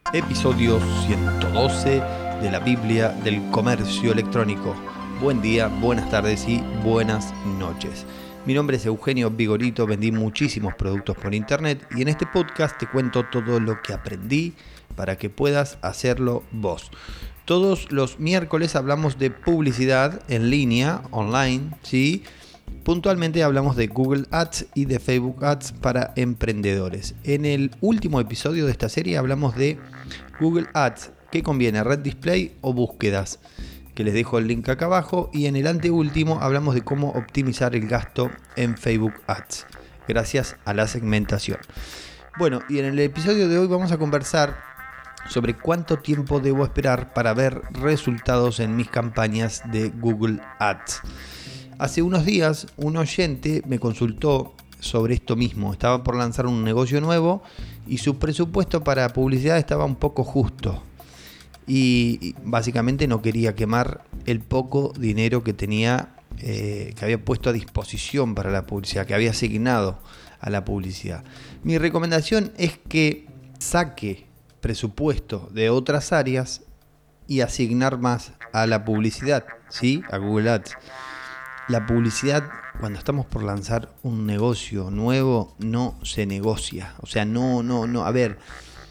Episodio 112 de la Biblia del Comercio Electrónico. Buen día, buenas tardes y buenas noches. Mi nombre es Eugenio Vigorito, vendí muchísimos productos por internet y en este podcast te cuento todo lo que aprendí para que puedas hacerlo vos. Todos los miércoles hablamos de publicidad en línea, online, ¿sí? Puntualmente hablamos de Google Ads y de Facebook Ads para emprendedores. En el último episodio de esta serie hablamos de Google Ads, ¿qué conviene? ¿Red Display o búsquedas? Que les dejo el link acá abajo. Y en el anteúltimo hablamos de cómo optimizar el gasto en Facebook Ads, gracias a la segmentación. Bueno, y en el episodio de hoy vamos a conversar sobre cuánto tiempo debo esperar para ver resultados en mis campañas de Google Ads. Hace unos días un oyente me consultó sobre esto mismo. Estaba por lanzar un negocio nuevo y su presupuesto para publicidad estaba un poco justo. Y básicamente no quería quemar el poco dinero que tenía, que había puesto a disposición para la publicidad, que había asignado a la publicidad. Mi recomendación es que saque presupuesto de otras áreas y asignar más a la publicidad, ¿sí? A Google Ads. La publicidad, cuando estamos por lanzar un negocio nuevo, no se negocia. O sea, no. A ver,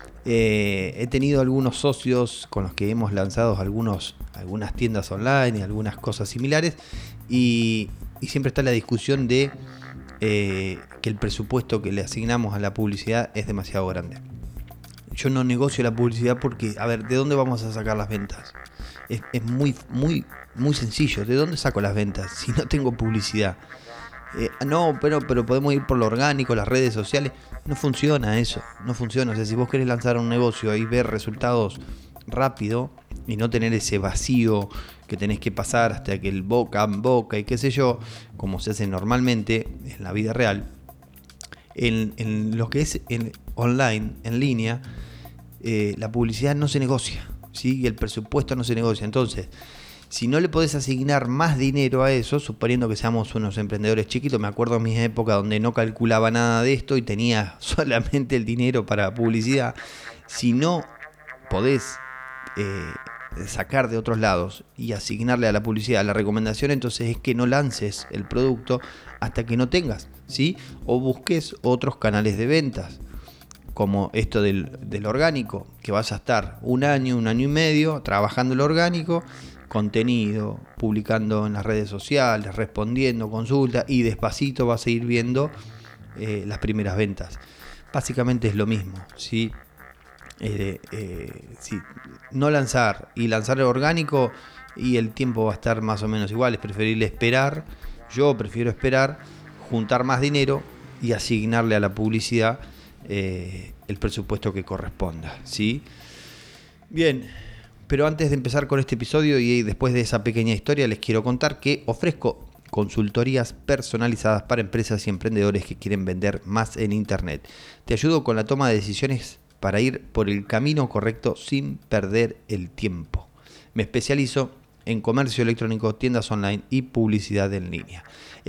he tenido algunos socios con los que hemos lanzado algunas tiendas online y algunas cosas similares. Y siempre está la discusión de que el presupuesto que le asignamos a la publicidad es demasiado grande. Yo no negocio la publicidad porque, a ver, ¿de dónde vamos a sacar las ventas? Es muy sencillo. ¿De dónde saco las ventas si no tengo publicidad? Pero podemos ir por lo orgánico, las redes sociales. No funciona eso, no funciona. O sea, si vos querés lanzar un negocio y ver resultados rápido y no tener ese vacío que tenés que pasar hasta que el boca en boca y qué sé yo, como se hace normalmente en la vida real, en lo que es online, en línea, la publicidad no se negocia, ¿sí? Y el presupuesto no se negocia. Entonces, si no le podés asignar más dinero a eso, suponiendo que seamos unos emprendedores chiquitos, me acuerdo en mi época donde no calculaba nada de esto y tenía solamente el dinero para publicidad. Si no podés sacar de otros lados y asignarle a la publicidad, la recomendación entonces es que no lances el producto hasta que no tengas, ¿sí? O busques otros canales de ventas, como esto del orgánico, que vas a estar un año y medio trabajando el orgánico, contenido, publicando en las redes sociales, respondiendo consultas y despacito vas a ir viendo las primeras ventas. Básicamente es lo mismo, ¿sí? Sí, no lanzar y lanzar el orgánico y el tiempo va a estar más o menos igual. Es preferible esperar. Yo prefiero esperar, juntar más dinero y asignarle a la publicidad el presupuesto que corresponda, ¿sí? Bien, pero antes de empezar con este episodio y después de esa pequeña historia, les quiero contar que ofrezco consultorías personalizadas para empresas y emprendedores que quieren vender más en internet. Te ayudo con la toma de decisiones para ir por el camino correcto sin perder el tiempo. Me especializo en comercio electrónico, tiendas online y publicidad en línea.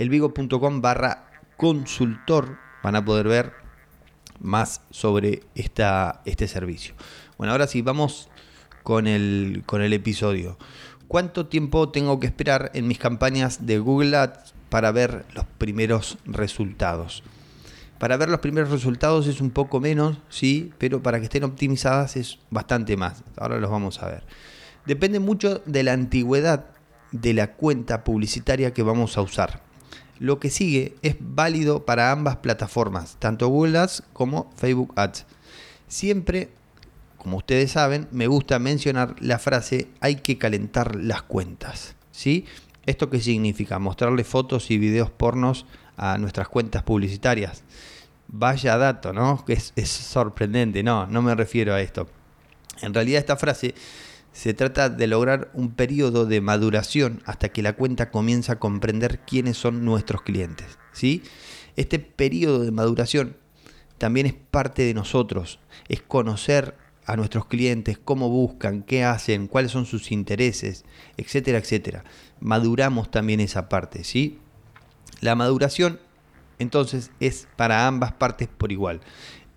elvigo.com/consultor van a poder ver más sobre este servicio. Bueno, ahora sí, vamos con el episodio. ¿Cuánto tiempo tengo que esperar en mis campañas de Google Ads para ver los primeros resultados? Para ver los primeros resultados es un poco menos, sí, pero para que estén optimizadas es bastante más. Ahora los vamos a ver. Depende mucho de la antigüedad de la cuenta publicitaria que vamos a usar. Lo que sigue es válido para ambas plataformas, tanto Google Ads como Facebook Ads. Siempre, como ustedes saben, me gusta mencionar la frase hay que calentar las cuentas, ¿sí? ¿Esto qué significa? Mostrarle fotos y videos pornos a nuestras cuentas publicitarias. Vaya dato, ¿no? Es sorprendente. No me refiero a esto. En realidad esta frase se trata de lograr un periodo de maduración hasta que la cuenta comienza a comprender quiénes son nuestros clientes, ¿sí? Este periodo de maduración también es parte de nosotros. Es conocer a nuestros clientes, cómo buscan, qué hacen, cuáles son sus intereses, etcétera, etcétera. Maduramos también esa parte, ¿sí? La maduración, entonces, es para ambas partes por igual.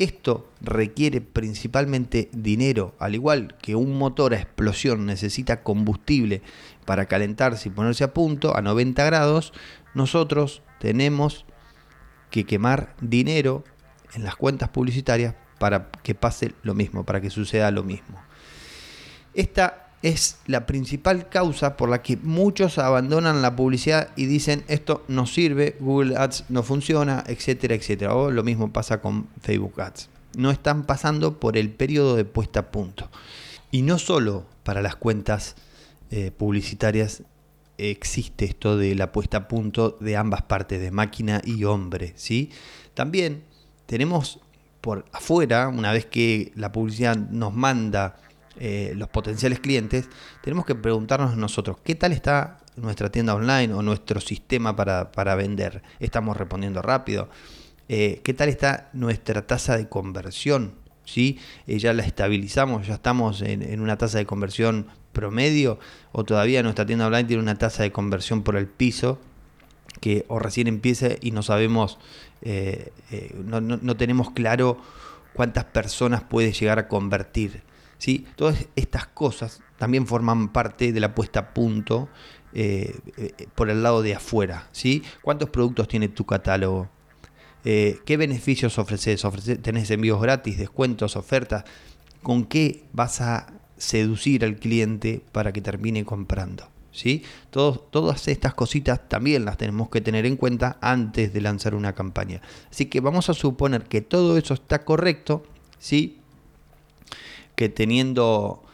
Esto requiere principalmente dinero, al igual que un motor a explosión necesita combustible para calentarse y ponerse a punto a 90 grados, nosotros tenemos que quemar dinero en las cuentas publicitarias para que pase lo mismo, para que suceda lo mismo. Esta es la principal causa por la que muchos abandonan la publicidad y dicen esto no sirve, Google Ads no funciona, etcétera, etcétera. O lo mismo pasa con Facebook Ads. No están pasando por el periodo de puesta a punto. Y no solo para las cuentas publicitarias existe esto de la puesta a punto de ambas partes, de máquina y hombre, ¿sí? También tenemos por afuera, una vez que la publicidad nos manda los potenciales clientes, tenemos que preguntarnos nosotros, ¿qué tal está nuestra tienda online o nuestro sistema para vender? ¿Estamos respondiendo rápido? ¿Qué tal está nuestra tasa de conversión? ¿Sí? Ya la estabilizamos, ya estamos en una tasa de conversión promedio, o todavía nuestra tienda online tiene una tasa de conversión por el piso que o recién empieza y no sabemos, no tenemos claro cuántas personas puede llegar a convertir, ¿sí? Todas estas cosas también forman parte de la puesta a punto por el lado de afuera, ¿sí? ¿Cuántos productos tiene tu catálogo? ¿Qué beneficios ofreces? ¿Tenés envíos gratis, descuentos, ofertas? ¿Con qué vas a seducir al cliente para que termine comprando? ¿Sí? Todas estas cositas también las tenemos que tener en cuenta antes de lanzar una campaña. Así que vamos a suponer que todo eso está correcto, ¿sí? Que teniendo,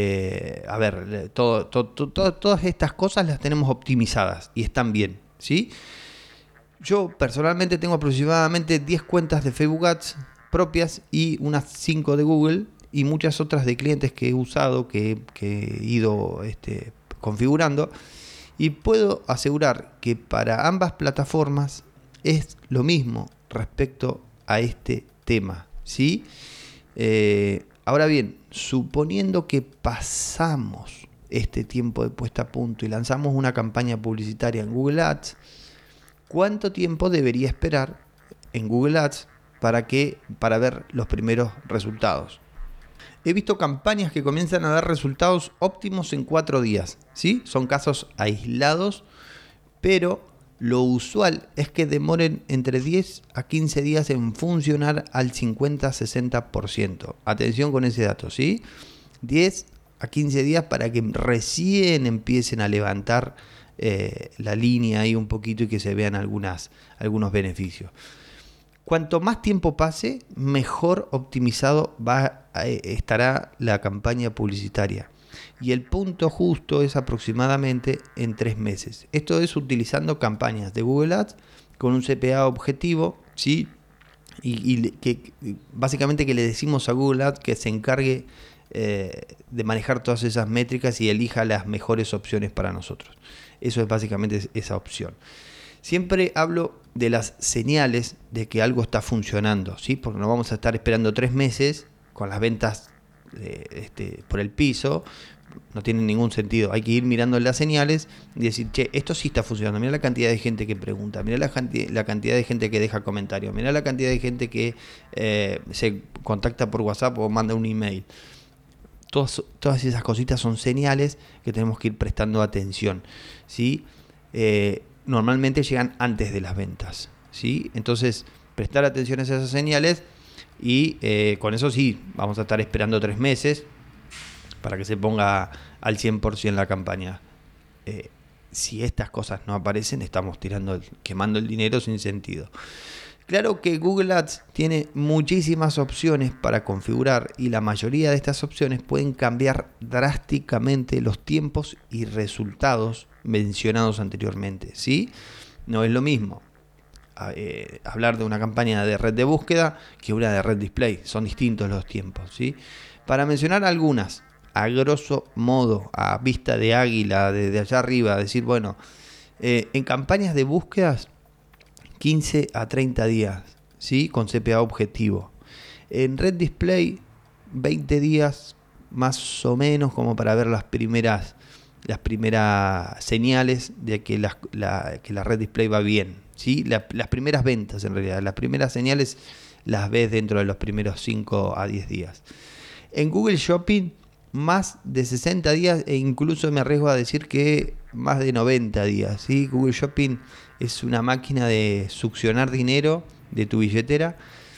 todas estas cosas las tenemos optimizadas y están bien, ¿sí? Yo personalmente tengo aproximadamente 10 cuentas de Facebook Ads propias y unas 5 de Google y muchas otras de clientes que he usado, que he ido configurando, y puedo asegurar que para ambas plataformas es lo mismo respecto a este tema, ¿sí? Ahora bien, suponiendo que pasamos este tiempo de puesta a punto y lanzamos una campaña publicitaria en Google Ads, ¿cuánto tiempo debería esperar en Google Ads para ver los primeros resultados? He visto campañas que comienzan a dar resultados óptimos en 4 días, ¿sí? Son casos aislados, pero lo usual es que demoren entre 10 a 15 días en funcionar al 50-60%. Atención con ese dato, ¿sí? 10 a 15 días para que recién empiecen a levantar la línea ahí un poquito y que se vean algunos beneficios. Cuanto más tiempo pase, mejor optimizado estará la campaña publicitaria. Y el punto justo es aproximadamente en 3 meses. Esto es utilizando campañas de Google Ads con un CPA objetivo, ¿sí? Y que básicamente que le decimos a Google Ads que se encargue de manejar todas esas métricas y elija las mejores opciones para nosotros. Eso es básicamente esa opción. Siempre hablo de las señales de que algo está funcionando, ¿sí? Porque no vamos a estar esperando 3 meses con las ventas por el piso. No tiene ningún sentido. Hay que ir mirando las señales y decir, che, esto sí está funcionando. Mira la cantidad de gente que pregunta, mira la cantidad de gente que deja comentarios, mira la cantidad de gente que se contacta por WhatsApp o manda un email. Todas esas cositas son señales que tenemos que ir prestando atención, ¿sí? Normalmente llegan antes de las ventas, ¿sí? Entonces, prestar atención a esas señales y con eso sí, vamos a estar esperando 3 meses para que se ponga al 100% la campaña. Si estas cosas no aparecen, estamos quemando el dinero sin sentido. Claro que Google Ads tiene muchísimas opciones para configurar y la mayoría de estas opciones pueden cambiar drásticamente los tiempos y resultados mencionados anteriormente, ¿sí? No es lo mismo hablar de una campaña de red de búsqueda que una de red display. Son distintos los tiempos, ¿sí? Para mencionar algunas, a grosso modo, a vista de águila, de allá arriba, decir, bueno, en campañas de búsquedas 15 a 30 días, ¿sí? Con CPA objetivo. En red display 20 días más o menos, como para ver las primeras señales de que la red display va bien, ¿sí? Las primeras ventas, en realidad, las primeras señales las ves dentro de los primeros 5 a 10 días. En Google Shopping, más de 60 días e incluso me arriesgo a decir que más de 90 días. ¿Sí? Google Shopping es una máquina de succionar dinero de tu billetera.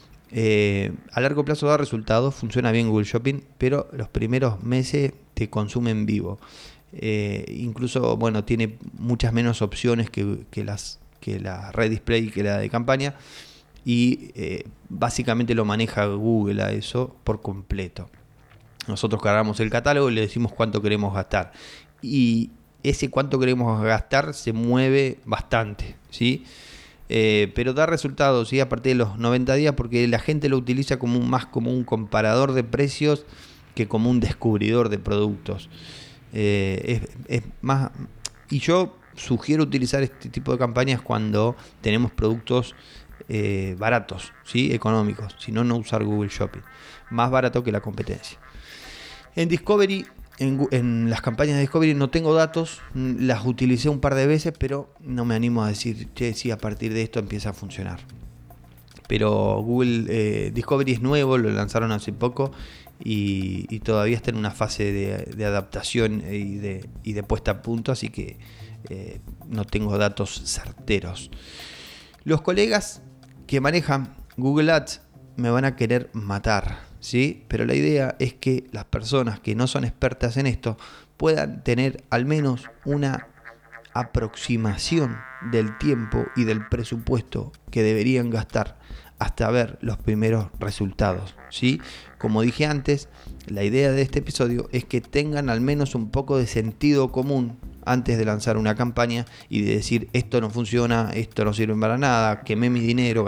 A largo plazo da resultados, funciona bien Google Shopping, pero los primeros meses te consumen vivo. Incluso, bueno, tiene muchas menos opciones que la red display, que la de campaña, y básicamente lo maneja Google a eso por completo. Nosotros cargamos el catálogo y le decimos cuánto queremos gastar, y ese cuánto queremos gastar se mueve bastante, ¿sí? Pero da resultados, ¿sí? A partir de los 90 días, porque la gente lo utiliza más como un comparador de precios que como un descubridor de productos. Es más, y yo sugiero utilizar este tipo de campañas cuando tenemos productos baratos, ¿sí? Económicos, si no usar Google Shopping, más barato que la competencia. En Discovery, en las campañas de Discovery no tengo datos, las utilicé un par de veces, pero no me animo a decir, che, sí, a partir de esto empieza a funcionar. Pero Google Discovery es nuevo, lo lanzaron hace poco y todavía está en una fase de adaptación y de puesta a punto, así que no tengo datos certeros. Los colegas que manejan Google Ads me van a querer matar, ¿sí? Pero la idea es que las personas que no son expertas en esto puedan tener al menos una aproximación del tiempo y del presupuesto que deberían gastar hasta ver los primeros resultados, ¿sí? Como dije antes, la idea de este episodio es que tengan al menos un poco de sentido común antes de lanzar una campaña y de decir esto no funciona, esto no sirve para nada, quemé mi dinero,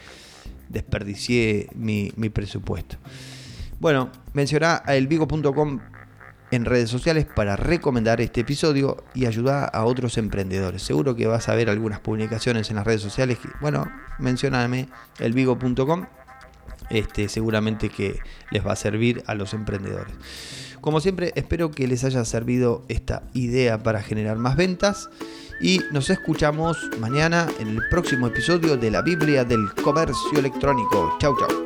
desperdicié mi presupuesto. Bueno, mencioná a elvigo.com en redes sociales para recomendar este episodio y ayudar a otros emprendedores. Seguro que vas a ver algunas publicaciones en las redes sociales. Bueno, mencioname elvigo.com. Seguramente que les va a servir a los emprendedores. Como siempre, espero que les haya servido esta idea para generar más ventas. Y nos escuchamos mañana en el próximo episodio de la Biblia del Comercio Electrónico. Chau, chau.